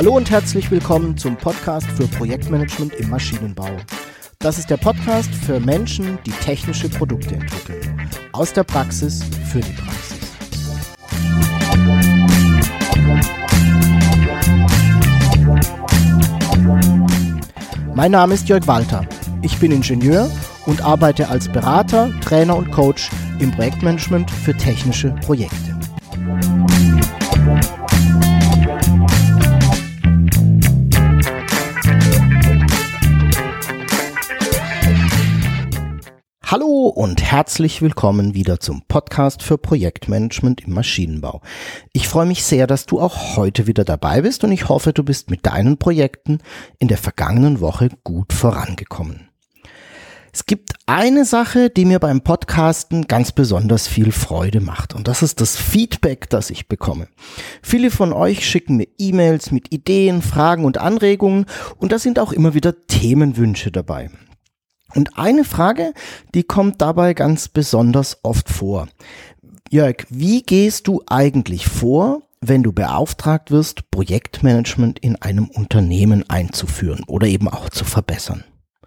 Hallo und herzlich willkommen zum Podcast für Projektmanagement im Maschinenbau. Das ist der Podcast für Menschen, die technische Produkte entwickeln. Aus der Praxis für die Praxis. Mein Name ist Jörg Walter. Ich bin Ingenieur und arbeite als Berater, Trainer und Coach im Projektmanagement für technische Projekte. Hallo und herzlich willkommen wieder zum Podcast für Projektmanagement im Maschinenbau. Ich freue mich sehr, dass du auch heute wieder dabei bist und ich hoffe, du bist mit deinen Projekten in der vergangenen Woche gut vorangekommen. Es gibt eine Sache, die mir beim Podcasten ganz besonders viel Freude macht und das ist das Feedback, das ich bekomme. Viele von euch schicken mir E-Mails mit Ideen, Fragen und Anregungen und da sind auch immer wieder Themenwünsche dabei. Und eine Frage, die kommt dabei ganz besonders oft vor. Jörg, wie gehst du eigentlich vor, wenn du beauftragt wirst, Projektmanagement in einem Unternehmen einzuführen oder eben auch zu verbessern?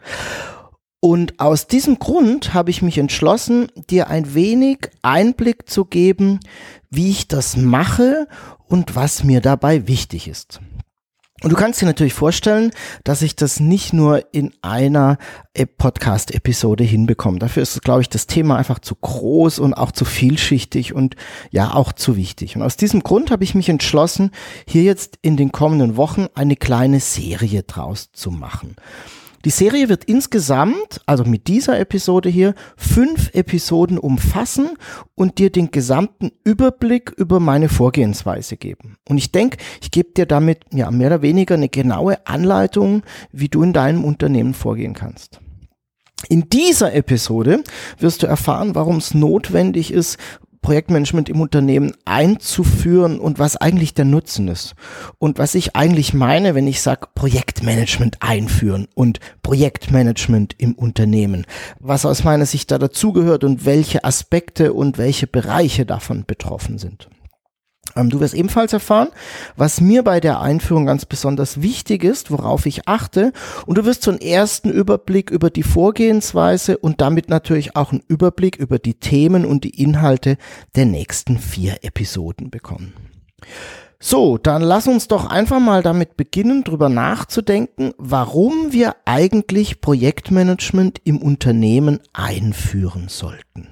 Und aus diesem Grund habe ich mich entschlossen, dir ein wenig Einblick zu geben, wie ich das mache und was mir dabei wichtig ist. Und du kannst dir natürlich vorstellen, dass ich das nicht nur in einer Podcast-Episode hinbekomme. Dafür ist, glaube ich, das Thema einfach zu groß und auch zu vielschichtig und ja auch zu wichtig. Und aus diesem Grund habe ich mich entschlossen, hier jetzt in den kommenden Wochen eine kleine Serie draus zu machen. Die Serie wird insgesamt, also mit dieser Episode hier, 5 Episoden umfassen und dir den gesamten Überblick über meine Vorgehensweise geben. Und ich denke, ich gebe dir damit ja mehr oder weniger eine genaue Anleitung, wie du in deinem Unternehmen vorgehen kannst. In dieser Episode wirst du erfahren, warum es notwendig ist, Projektmanagement im Unternehmen einzuführen und was eigentlich der Nutzen ist. Und was ich eigentlich meine, wenn ich sage Projektmanagement einführen und Projektmanagement im Unternehmen. Was aus meiner Sicht da dazugehört und welche Aspekte und welche Bereiche davon betroffen sind. Du wirst ebenfalls erfahren, was mir bei der Einführung ganz besonders wichtig ist, worauf ich achte. Und du wirst so einen ersten Überblick über die Vorgehensweise und damit natürlich auch einen Überblick über die Themen und die Inhalte der nächsten 4 Episoden bekommen. So, dann lass uns doch einfach mal damit beginnen, drüber nachzudenken, warum wir eigentlich Projektmanagement im Unternehmen einführen sollten.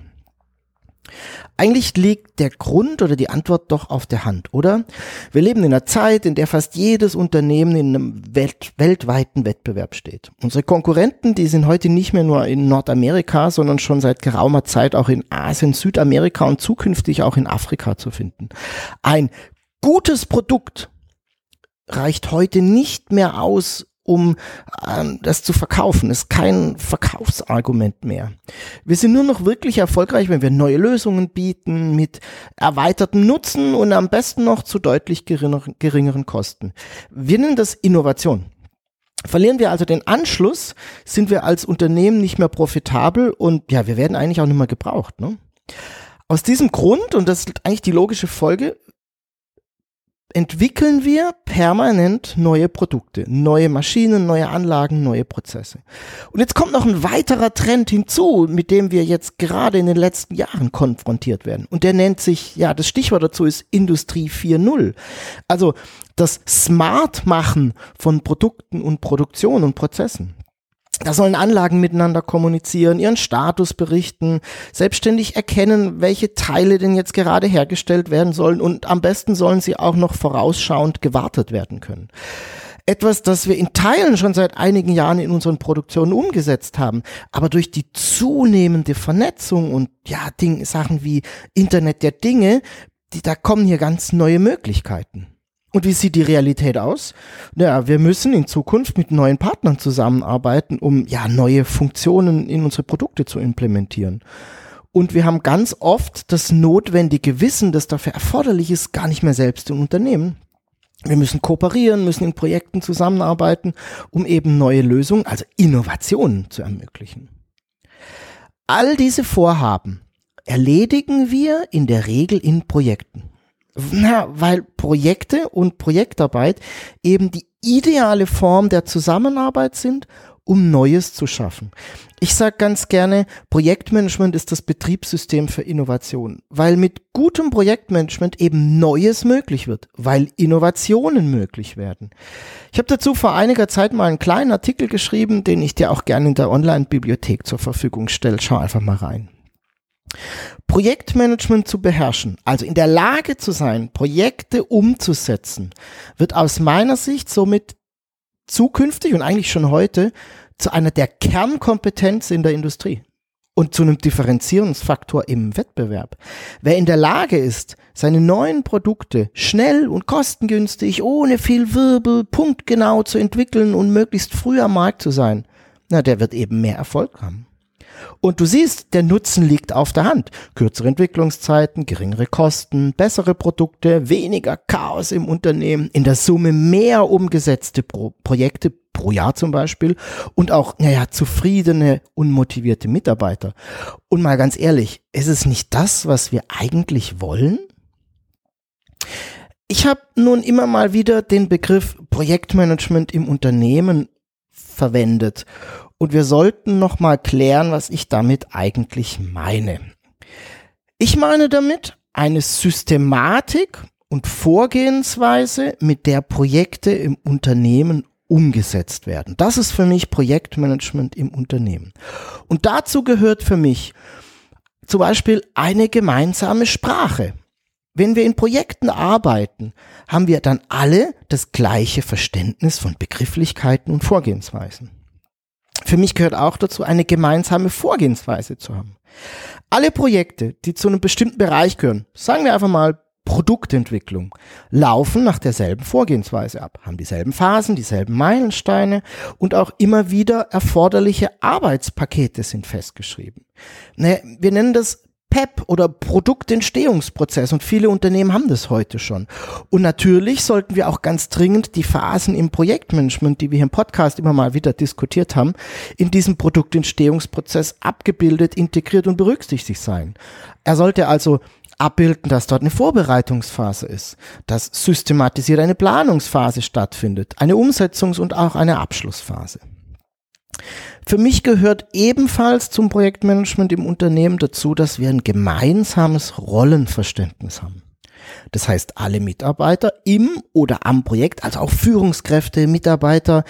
Eigentlich liegt der Grund oder die Antwort doch auf der Hand, oder? Wir leben in einer Zeit, in der fast jedes Unternehmen in einem weltweiten Wettbewerb steht. Unsere Konkurrenten, die sind heute nicht mehr nur in Nordamerika, sondern schon seit geraumer Zeit auch in Asien, Südamerika und zukünftig auch in Afrika zu finden. Ein gutes Produkt reicht heute nicht mehr aus, um das zu verkaufen. Ist kein Verkaufsargument mehr. Wir sind nur noch wirklich erfolgreich, wenn wir neue Lösungen bieten mit erweitertem Nutzen und am besten noch zu deutlich geringeren Kosten. Wir nennen das Innovation. Verlieren wir also den Anschluss, sind wir als Unternehmen nicht mehr profitabel und ja, wir werden eigentlich auch nicht mehr gebraucht, ne? Aus diesem Grund, und das ist eigentlich die logische Folge, entwickeln wir permanent neue Produkte, neue Maschinen, neue Anlagen, neue Prozesse. Und jetzt kommt noch ein weiterer Trend hinzu, mit dem wir jetzt gerade in den letzten Jahren konfrontiert werden. Und der nennt sich, ja, das Stichwort dazu ist Industrie 4.0. Also das Smart-Machen von Produkten und Produktion und Prozessen. Da sollen Anlagen miteinander kommunizieren, ihren Status berichten, selbstständig erkennen, welche Teile denn jetzt gerade hergestellt werden sollen und am besten sollen sie auch noch vorausschauend gewartet werden können. Etwas, das wir in Teilen schon seit einigen Jahren in unseren Produktionen umgesetzt haben, aber durch die zunehmende Vernetzung und ja, Sachen wie Internet der Dinge, da kommen hier ganz neue Möglichkeiten. Und wie sieht die Realität aus? Ja, wir müssen in Zukunft mit neuen Partnern zusammenarbeiten, um ja neue Funktionen in unsere Produkte zu implementieren. Und wir haben ganz oft das notwendige Wissen, das dafür erforderlich ist, gar nicht mehr selbst im Unternehmen. Wir müssen kooperieren, müssen in Projekten zusammenarbeiten, um eben neue Lösungen, also Innovationen zu ermöglichen. All diese Vorhaben erledigen wir in der Regel in Projekten. Weil Projekte und Projektarbeit eben die ideale Form der Zusammenarbeit sind, um Neues zu schaffen. Ich sage ganz gerne, Projektmanagement ist das Betriebssystem für Innovation, weil mit gutem Projektmanagement eben Neues möglich wird, weil Innovationen möglich werden. Ich habe dazu vor einiger Zeit mal einen kleinen Artikel geschrieben, den ich dir auch gerne in der Online-Bibliothek zur Verfügung stelle. Schau einfach mal rein. Projektmanagement zu beherrschen, also in der Lage zu sein, Projekte umzusetzen, wird aus meiner Sicht somit zukünftig und eigentlich schon heute zu einer der Kernkompetenzen in der Industrie und zu einem Differenzierungsfaktor im Wettbewerb. Wer in der Lage ist, seine neuen Produkte schnell und kostengünstig, ohne viel Wirbel, punktgenau zu entwickeln und möglichst früh am Markt zu sein, der wird eben mehr Erfolg haben. Und du siehst, der Nutzen liegt auf der Hand. Kürzere Entwicklungszeiten, geringere Kosten, bessere Produkte, weniger Chaos im Unternehmen, in der Summe mehr umgesetzte Projekte pro Jahr zum Beispiel und auch, zufriedene, unmotivierte Mitarbeiter. Und mal ganz ehrlich, ist es nicht das, was wir eigentlich wollen? Ich habe nun immer mal wieder den Begriff Projektmanagement im Unternehmen verwendet. Und wir sollten noch mal klären, was ich damit eigentlich meine. Ich meine damit eine Systematik und Vorgehensweise, mit der Projekte im Unternehmen umgesetzt werden. Das ist für mich Projektmanagement im Unternehmen. Und dazu gehört für mich zum Beispiel eine gemeinsame Sprache. Wenn wir in Projekten arbeiten, haben wir dann alle das gleiche Verständnis von Begrifflichkeiten und Vorgehensweisen. Für mich gehört auch dazu, eine gemeinsame Vorgehensweise zu haben. Alle Projekte, die zu einem bestimmten Bereich gehören, sagen wir einfach mal Produktentwicklung, laufen nach derselben Vorgehensweise ab, haben dieselben Phasen, dieselben Meilensteine und auch immer wieder erforderliche Arbeitspakete sind festgeschrieben. Wir nennen das PEP oder Produktentstehungsprozess und viele Unternehmen haben das heute schon. Und natürlich sollten wir auch ganz dringend die Phasen im Projektmanagement, die wir hier im Podcast immer mal wieder diskutiert haben, in diesem Produktentstehungsprozess abgebildet, integriert und berücksichtigt sein. Er sollte also abbilden, dass dort eine Vorbereitungsphase ist, dass systematisiert eine Planungsphase stattfindet, eine Umsetzungs- und auch eine Abschlussphase. Für mich gehört ebenfalls zum Projektmanagement im Unternehmen dazu, dass wir ein gemeinsames Rollenverständnis haben. Das heißt, alle Mitarbeiter im oder am Projekt, also auch Führungskräfte, Mitarbeiter,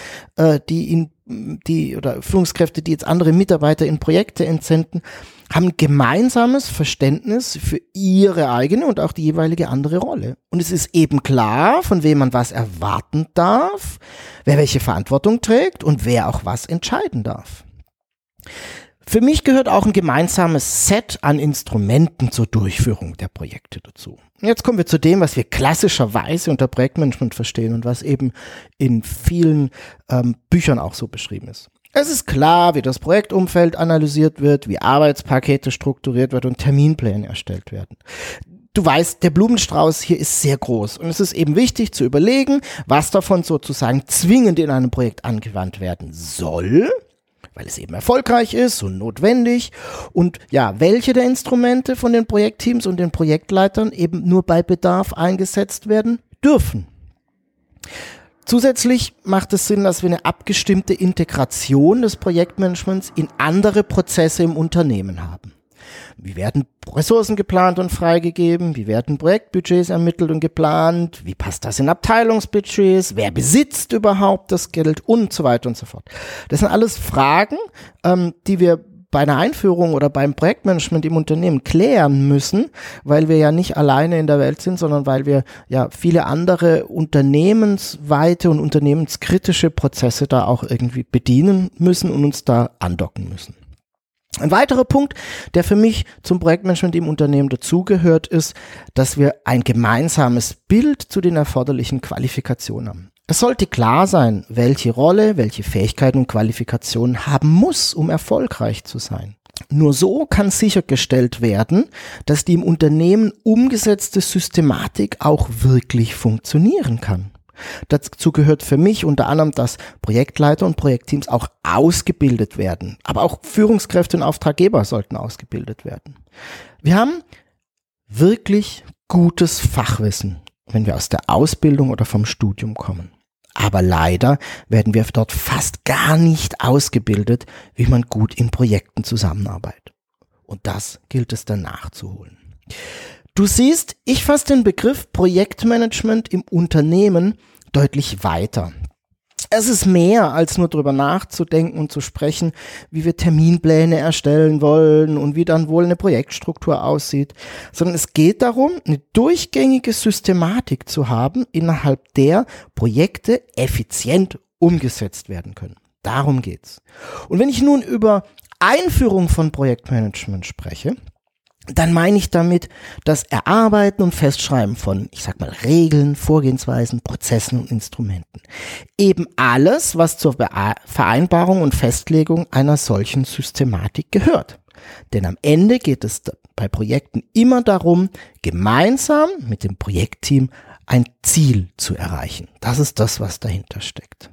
Führungskräfte, die jetzt andere Mitarbeiter in Projekte entsenden, haben ein gemeinsames Verständnis für ihre eigene und auch die jeweilige andere Rolle. Und es ist eben klar, von wem man was erwarten darf, wer welche Verantwortung trägt und wer auch was entscheiden darf. Für mich gehört auch ein gemeinsames Set an Instrumenten zur Durchführung der Projekte dazu. Jetzt kommen wir zu dem, was wir klassischerweise unter Projektmanagement verstehen und was eben in vielen Büchern auch so beschrieben ist. Es ist klar, wie das Projektumfeld analysiert wird, wie Arbeitspakete strukturiert wird und Terminpläne erstellt werden. Du weißt, der Blumenstrauß hier ist sehr groß und es ist eben wichtig zu überlegen, was davon sozusagen zwingend in einem Projekt angewandt werden soll, weil es eben erfolgreich ist und notwendig und welche der Instrumente von den Projektteams und den Projektleitern eben nur bei Bedarf eingesetzt werden dürfen. Zusätzlich macht es Sinn, dass wir eine abgestimmte Integration des Projektmanagements in andere Prozesse im Unternehmen haben. Wie werden Ressourcen geplant und freigegeben? Wie werden Projektbudgets ermittelt und geplant? Wie passt das in Abteilungsbudgets? Wer besitzt überhaupt das Geld? Und so weiter und so fort. Das sind alles Fragen, die wir bei einer Einführung oder beim Projektmanagement im Unternehmen klären müssen, weil wir ja nicht alleine in der Welt sind, sondern weil wir viele andere unternehmensweite und unternehmenskritische Prozesse da auch irgendwie bedienen müssen und uns da andocken müssen. Ein weiterer Punkt, der für mich zum Projektmanagement im Unternehmen dazugehört, ist, dass wir ein gemeinsames Bild zu den erforderlichen Qualifikationen haben. Es sollte klar sein, welche Rolle, welche Fähigkeiten und Qualifikationen haben muss, um erfolgreich zu sein. Nur so kann sichergestellt werden, dass die im Unternehmen umgesetzte Systematik auch wirklich funktionieren kann. Dazu gehört für mich unter anderem, dass Projektleiter und Projektteams auch ausgebildet werden. Aber auch Führungskräfte und Auftraggeber sollten ausgebildet werden. Wir haben wirklich gutes Fachwissen, wenn wir aus der Ausbildung oder vom Studium kommen. Aber leider werden wir dort fast gar nicht ausgebildet, wie man gut in Projekten zusammenarbeitet. Und das gilt es dann nachzuholen. Du siehst, ich fasse den Begriff Projektmanagement im Unternehmen deutlich weiter. Es ist mehr als nur darüber nachzudenken und zu sprechen, wie wir Terminpläne erstellen wollen und wie dann wohl eine Projektstruktur aussieht, sondern es geht darum, eine durchgängige Systematik zu haben, innerhalb der Projekte effizient umgesetzt werden können. Darum geht's. Und wenn ich nun über Einführung von Projektmanagement spreche, dann meine ich damit das Erarbeiten und Festschreiben von, ich sag mal, Regeln, Vorgehensweisen, Prozessen und Instrumenten. Eben alles, was zur Vereinbarung und Festlegung einer solchen Systematik gehört. Denn am Ende geht es bei Projekten immer darum, gemeinsam mit dem Projektteam ein Ziel zu erreichen. Das ist das, was dahinter steckt.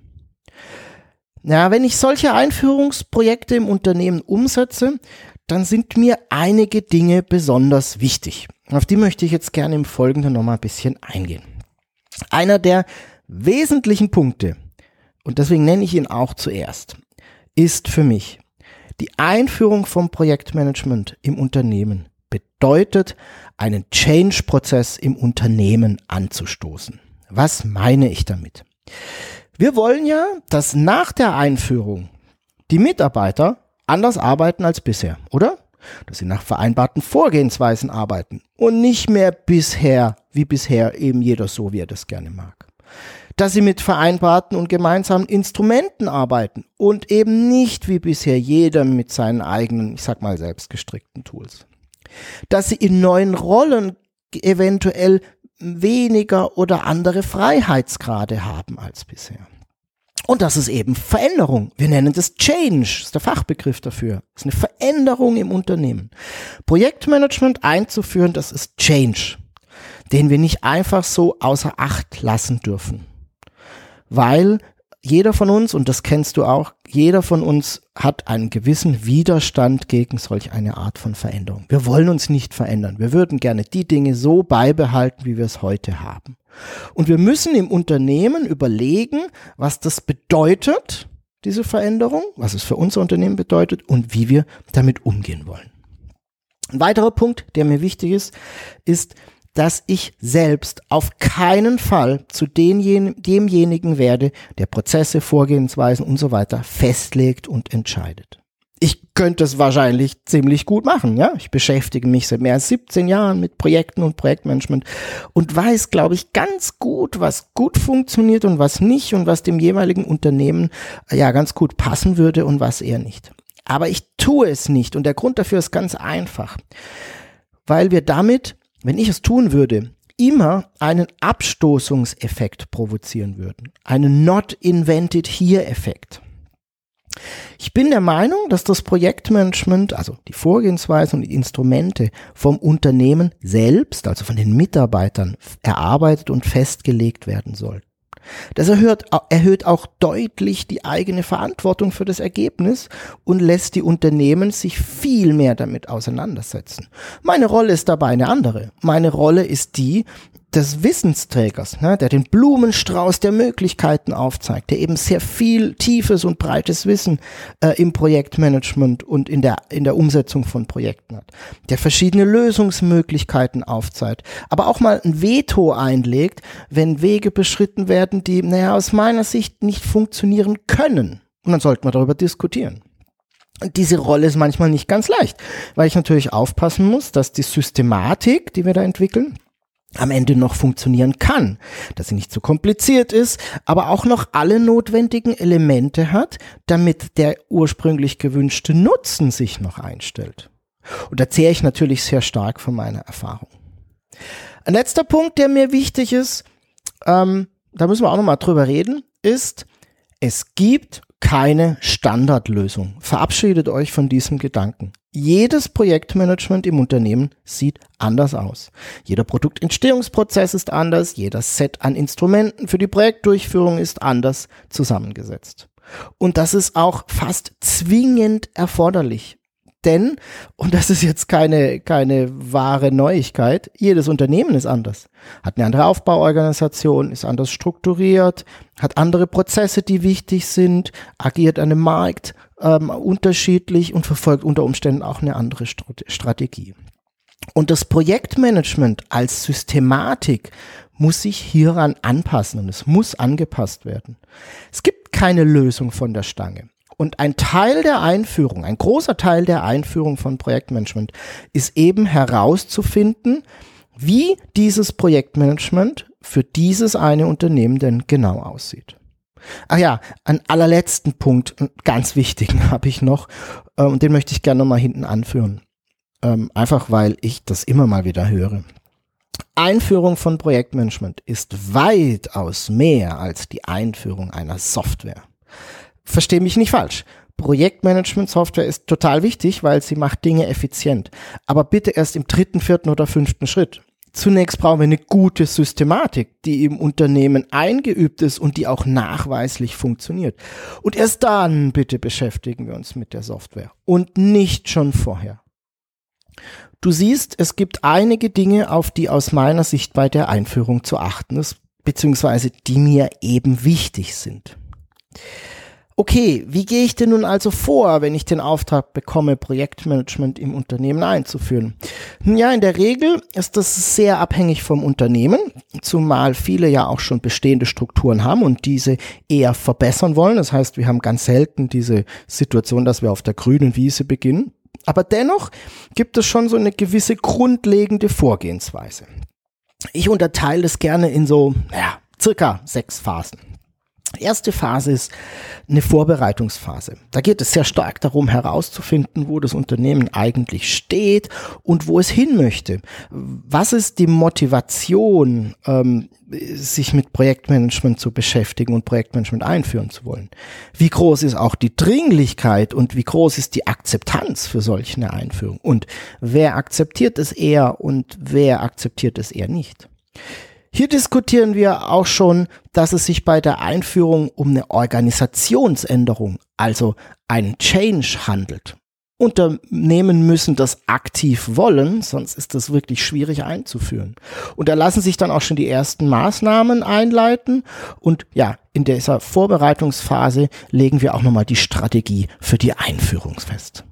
Ja, wenn ich solche Einführungsprojekte im Unternehmen umsetze, dann sind mir einige Dinge besonders wichtig. Auf die möchte ich jetzt gerne im Folgenden nochmal ein bisschen eingehen. Einer der wesentlichen Punkte, und deswegen nenne ich ihn auch zuerst, ist für mich, die Einführung vom Projektmanagement im Unternehmen bedeutet, einen Change-Prozess im Unternehmen anzustoßen. Was meine ich damit? Wir wollen ja, dass nach der Einführung die Mitarbeiter anders arbeiten als bisher, oder? Dass sie nach vereinbarten Vorgehensweisen arbeiten und nicht mehr wie bisher eben jeder so, wie er das gerne mag. Dass sie mit vereinbarten und gemeinsamen Instrumenten arbeiten und eben nicht wie bisher jeder mit seinen eigenen, ich sag mal, selbstgestrickten Tools. Dass sie in neuen Rollen eventuell weniger oder andere Freiheitsgrade haben als bisher. Und das ist eben Veränderung. Wir nennen das Change, ist der Fachbegriff dafür. Das ist eine Veränderung im Unternehmen. Projektmanagement einzuführen, das ist Change, den wir nicht einfach so außer Acht lassen dürfen. Weil jeder von uns, und das kennst du auch, jeder von uns hat einen gewissen Widerstand gegen solch eine Art von Veränderung. Wir wollen uns nicht verändern. Wir würden gerne die Dinge so beibehalten, wie wir es heute haben. Und wir müssen im Unternehmen überlegen, was das bedeutet, diese Veränderung, was es für unser Unternehmen bedeutet und wie wir damit umgehen wollen. Ein weiterer Punkt, der mir wichtig ist, dass ich selbst auf keinen Fall zu demjenigen werde, der Prozesse, Vorgehensweisen und so weiter festlegt und entscheidet. Ich könnte es wahrscheinlich ziemlich gut machen, ja. Ich beschäftige mich seit mehr als 17 Jahren mit Projekten und Projektmanagement und weiß, glaube ich, ganz gut, was gut funktioniert und was nicht und was dem jeweiligen Unternehmen ja ganz gut passen würde und was eher nicht. Aber ich tue es nicht und der Grund dafür ist ganz einfach, weil wir damit, wenn ich es tun würde, immer einen Abstoßungseffekt provozieren würden, einen Not-Invented-Here-Effekt. Ich bin der Meinung, dass das Projektmanagement, also die Vorgehensweisen und die Instrumente vom Unternehmen selbst, also von den Mitarbeitern, erarbeitet und festgelegt werden soll. Das erhöht auch deutlich die eigene Verantwortung für das Ergebnis und lässt die Unternehmen sich viel mehr damit auseinandersetzen. Meine Rolle ist dabei eine andere. Meine Rolle ist die des Wissensträgers, der den Blumenstrauß der Möglichkeiten aufzeigt, der eben sehr viel tiefes und breites Wissen im Projektmanagement und in der Umsetzung von Projekten hat, der verschiedene Lösungsmöglichkeiten aufzeigt, aber auch mal ein Veto einlegt, wenn Wege beschritten werden, die aus meiner Sicht nicht funktionieren können. Und dann sollten wir darüber diskutieren. Und diese Rolle ist manchmal nicht ganz leicht, weil ich natürlich aufpassen muss, dass die Systematik, die wir da entwickeln, am Ende noch funktionieren kann, dass sie nicht zu kompliziert ist, aber auch noch alle notwendigen Elemente hat, damit der ursprünglich gewünschte Nutzen sich noch einstellt. Und da zehre ich natürlich sehr stark von meiner Erfahrung. Ein letzter Punkt, der mir wichtig ist, da müssen wir auch nochmal drüber reden, ist, es gibt keine Standardlösung. Verabschiedet euch von diesem Gedanken. Jedes Projektmanagement im Unternehmen sieht anders aus. Jeder Produktentstehungsprozess ist anders, jeder Set an Instrumenten für die Projektdurchführung ist anders zusammengesetzt. Und das ist auch fast zwingend erforderlich. Denn, und das ist jetzt keine wahre Neuigkeit, jedes Unternehmen ist anders. Hat eine andere Aufbauorganisation, ist anders strukturiert, hat andere Prozesse, die wichtig sind, agiert an dem Markt unterschiedlich und verfolgt unter Umständen auch eine andere Strategie. Und das Projektmanagement als Systematik muss sich hieran anpassen und es muss angepasst werden. Es gibt keine Lösung von der Stange. Und ein großer Teil der Einführung von Projektmanagement ist eben herauszufinden, wie dieses Projektmanagement für dieses eine Unternehmen denn genau aussieht. Ach ja, einen allerletzten Punkt, einen ganz wichtigen habe ich noch, und den möchte ich gerne nochmal hinten anführen. Einfach weil ich das immer mal wieder höre. Einführung von Projektmanagement ist weitaus mehr als die Einführung einer Software. Versteh mich nicht falsch. Projektmanagement-Software ist total wichtig, weil sie macht Dinge effizient. Aber bitte erst im 3., 4. oder 5. Schritt. Zunächst brauchen wir eine gute Systematik, die im Unternehmen eingeübt ist und die auch nachweislich funktioniert. Und erst dann bitte beschäftigen wir uns mit der Software und nicht schon vorher. Du siehst, es gibt einige Dinge, auf die aus meiner Sicht bei der Einführung zu achten ist, beziehungsweise die mir eben wichtig sind. Okay, wie gehe ich denn nun also vor, wenn ich den Auftrag bekomme, Projektmanagement im Unternehmen einzuführen? Ja, in der Regel ist das sehr abhängig vom Unternehmen, zumal viele ja auch schon bestehende Strukturen haben und diese eher verbessern wollen. Das heißt, wir haben ganz selten diese Situation, dass wir auf der grünen Wiese beginnen. Aber dennoch gibt es schon so eine gewisse grundlegende Vorgehensweise. Ich unterteile das gerne in so, circa 6 Phasen. Erste Phase ist eine Vorbereitungsphase. Da geht es sehr stark darum, herauszufinden, wo das Unternehmen eigentlich steht und wo es hin möchte. Was ist die Motivation, sich mit Projektmanagement zu beschäftigen und Projektmanagement einführen zu wollen? Wie groß ist auch die Dringlichkeit und wie groß ist die Akzeptanz für solch eine Einführung? Und wer akzeptiert es eher und wer akzeptiert es eher nicht? Hier diskutieren wir auch schon, dass es sich bei der Einführung um eine Organisationsänderung, also einen Change handelt. Unternehmen müssen das aktiv wollen, sonst ist das wirklich schwierig einzuführen. Und da lassen sich dann auch schon die ersten Maßnahmen einleiten. Und ja, in dieser Vorbereitungsphase legen wir auch nochmal die Strategie für die Einführung fest.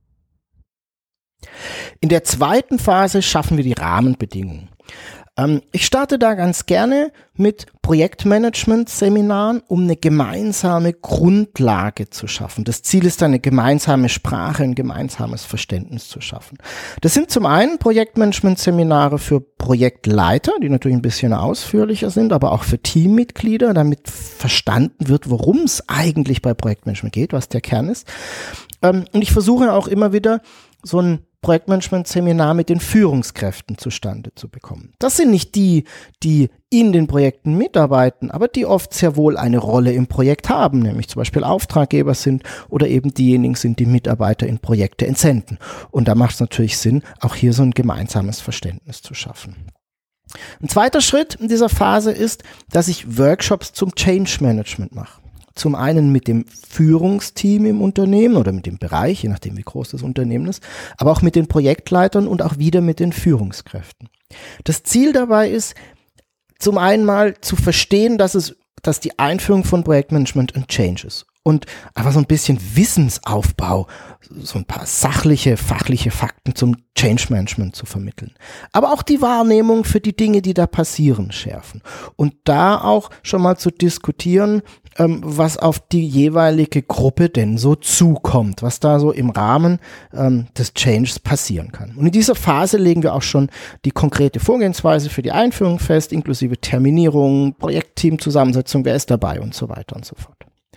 In der zweiten Phase schaffen wir die Rahmenbedingungen. Ich starte da ganz gerne mit Projektmanagement-Seminaren, um eine gemeinsame Grundlage zu schaffen. Das Ziel ist, eine gemeinsame Sprache, ein gemeinsames Verständnis zu schaffen. Das sind zum einen Projektmanagement-Seminare für Projektleiter, die natürlich ein bisschen ausführlicher sind, aber auch für Teammitglieder, damit verstanden wird, worum es eigentlich bei Projektmanagement geht, was der Kern ist. Und ich versuche auch immer wieder, so ein Projektmanagement-Seminar mit den Führungskräften zustande zu bekommen. Das sind nicht die in den Projekten mitarbeiten, aber die oft sehr wohl eine Rolle im Projekt haben, nämlich zum Beispiel Auftraggeber sind oder eben diejenigen sind, die Mitarbeiter in Projekte entsenden. Und da macht es natürlich Sinn, auch hier so ein gemeinsames Verständnis zu schaffen. Ein zweiter Schritt in dieser Phase ist, dass ich Workshops zum Change Management mache. Zum einen mit dem Führungsteam im Unternehmen oder mit dem Bereich, je nachdem wie groß das Unternehmen ist, aber auch mit den Projektleitern und auch wieder mit den Führungskräften. Das Ziel dabei ist, zum einen mal zu verstehen, dass die Einführung von Projektmanagement ein Change ist und einfach so ein bisschen Wissensaufbau, so ein paar sachliche, fachliche Fakten zum Change Management zu vermitteln. Aber auch die Wahrnehmung für die Dinge, die da passieren, schärfen. Und da auch schon mal zu diskutieren, was auf die jeweilige Gruppe denn so zukommt, was da so im Rahmen des Changes passieren kann. Und in dieser Phase legen wir auch schon die konkrete Vorgehensweise für die Einführung fest, inklusive Terminierung, Projektteamzusammensetzung, wer ist dabei und so weiter und so fort.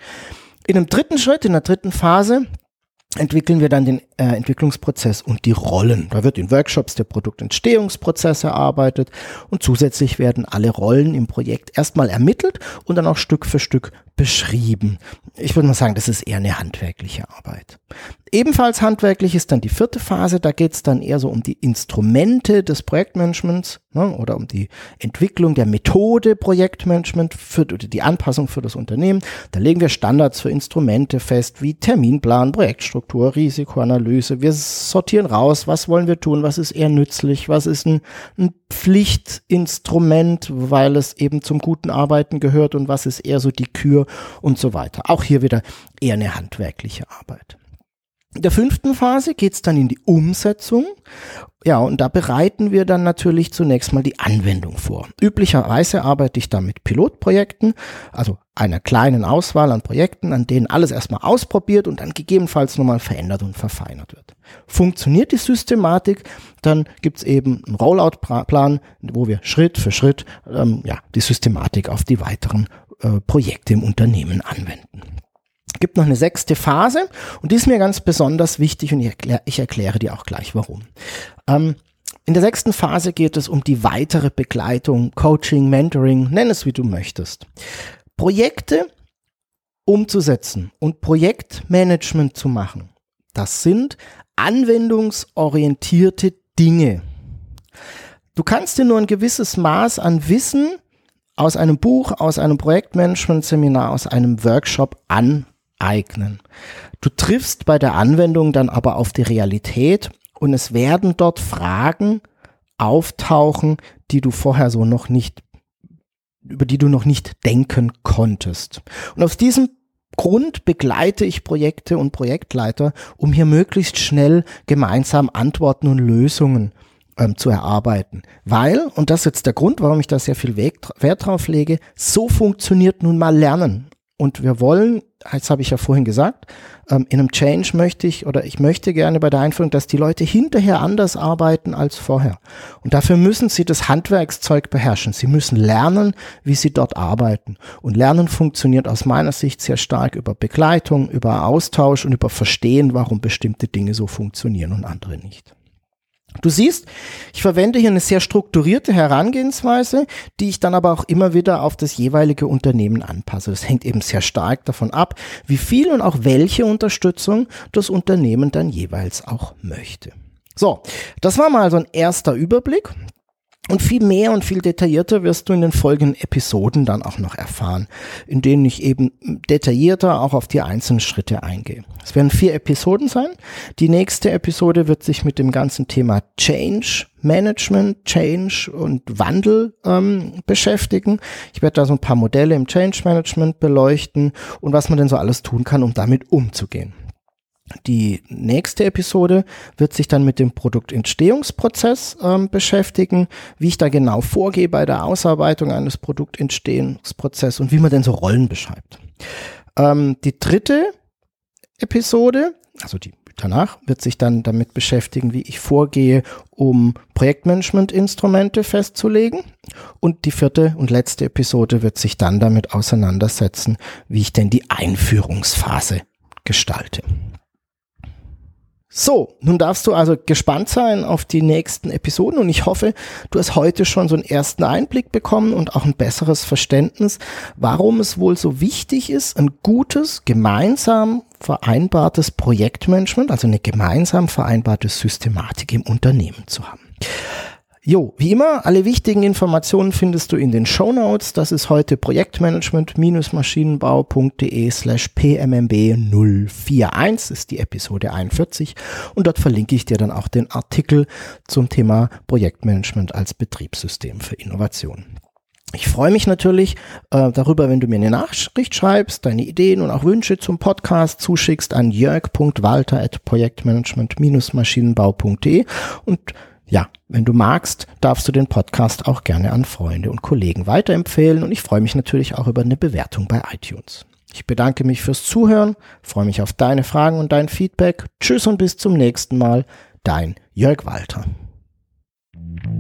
In einem dritten Schritt, in der dritten Phase, entwickeln wir dann den Entwicklungsprozess und die Rollen. Da wird in Workshops der Produktentstehungsprozess erarbeitet und zusätzlich werden alle Rollen im Projekt erstmal ermittelt und dann auch Stück für Stück beschrieben. Ich würde mal sagen, das ist eher eine handwerkliche Arbeit. Ebenfalls handwerklich ist dann die vierte Phase, da geht es dann eher so um die Instrumente des Projektmanagements, ne, oder um die Entwicklung der Methode Projektmanagement oder die Anpassung für das Unternehmen. Da legen wir Standards für Instrumente fest, wie Terminplan, Projektstruktur, Risikoanalyse, Analyse. Wir sortieren raus, was wollen wir tun, was ist eher nützlich, was ist ein Pflichtinstrument, weil es eben zum guten Arbeiten gehört und was ist eher so die Kür und so weiter. Auch hier wieder eher eine handwerkliche Arbeit. In der 5. Phase geht's dann in die Umsetzung. Ja, und da bereiten wir dann natürlich zunächst mal die Anwendung vor. Üblicherweise arbeite ich da mit Pilotprojekten, also einer kleinen Auswahl an Projekten, an denen alles erstmal ausprobiert und dann gegebenenfalls nochmal verändert und verfeinert wird. Funktioniert die Systematik, dann gibt's eben einen Rollout-Plan, wo wir Schritt für Schritt die Systematik auf die weiteren Projekte im Unternehmen anwenden. Es gibt noch eine 6. Phase und die ist mir ganz besonders wichtig und ich erkläre dir auch gleich warum. In der 6. Phase geht es um die weitere Begleitung, Coaching, Mentoring, nenn es wie du möchtest. Projekte umzusetzen und Projektmanagement zu machen, das sind anwendungsorientierte Dinge. Du kannst dir nur ein gewisses Maß an Wissen aus einem Buch, aus einem Projektmanagement-Seminar, aus einem Workshop aneignen. Du triffst bei der Anwendung dann aber auf die Realität und es werden dort Fragen auftauchen, die du vorher so noch nicht, über die du noch nicht denken konntest. Und aus diesem Grund begleite ich Projekte und Projektleiter, um hier möglichst schnell gemeinsam Antworten und Lösungen zu erarbeiten. Weil, und das ist jetzt der Grund, warum ich da sehr viel Wert drauf lege, so funktioniert nun mal Lernen. Und wir wollen, das habe ich ja vorhin gesagt, in einem Change ich möchte gerne bei der Einführung, dass die Leute hinterher anders arbeiten als vorher. Und dafür müssen sie das Handwerkszeug beherrschen. Sie müssen lernen, wie sie dort arbeiten. Und Lernen funktioniert aus meiner Sicht sehr stark über Begleitung, über Austausch und über Verstehen, warum bestimmte Dinge so funktionieren und andere nicht. Du siehst, ich verwende hier eine sehr strukturierte Herangehensweise, die ich dann aber auch immer wieder auf das jeweilige Unternehmen anpasse. Das hängt eben sehr stark davon ab, wie viel und auch welche Unterstützung das Unternehmen dann jeweils auch möchte. So, das war mal so ein erster Überblick. Und viel mehr und viel detaillierter wirst du in den folgenden Episoden dann auch noch erfahren, in denen ich eben detaillierter auch auf die einzelnen Schritte eingehe. Es werden 4 Episoden sein. Die nächste Episode wird sich mit dem ganzen Thema Change Management, Change und Wandel beschäftigen. Ich werde da so ein paar Modelle im Change Management beleuchten und was man denn so alles tun kann, um damit umzugehen. Die nächste Episode wird sich dann mit dem Produktentstehungsprozess beschäftigen, wie ich da genau vorgehe bei der Ausarbeitung eines Produktentstehungsprozesses und wie man denn so Rollen beschreibt. Die 3. Episode, also die danach, wird sich dann damit beschäftigen, wie ich vorgehe, um Projektmanagement-Instrumente festzulegen. Und die 4. und letzte Episode wird sich dann damit auseinandersetzen, wie ich denn die Einführungsphase gestalte. So, nun darfst du also gespannt sein auf die nächsten Episoden und ich hoffe, du hast heute schon so einen ersten Einblick bekommen und auch ein besseres Verständnis, warum es wohl so wichtig ist, ein gutes, gemeinsam vereinbartes Projektmanagement, also eine gemeinsam vereinbarte Systematik im Unternehmen zu haben. Jo, wie immer, alle wichtigen Informationen findest du in den Shownotes. Das ist heute projektmanagement-maschinenbau.de/pmmb041, ist die Episode 41 und dort verlinke ich dir dann auch den Artikel zum Thema Projektmanagement als Betriebssystem für Innovation. Ich freue mich natürlich darüber, wenn du mir eine Nachricht schreibst, deine Ideen und auch Wünsche zum Podcast zuschickst an jörg.walter@projektmanagement-maschinenbau.de und ja, wenn du magst, darfst du den Podcast auch gerne an Freunde und Kollegen weiterempfehlen und ich freue mich natürlich auch über eine Bewertung bei iTunes. Ich bedanke mich fürs Zuhören, freue mich auf deine Fragen und dein Feedback. Tschüss und bis zum nächsten Mal, dein Jörg Walter.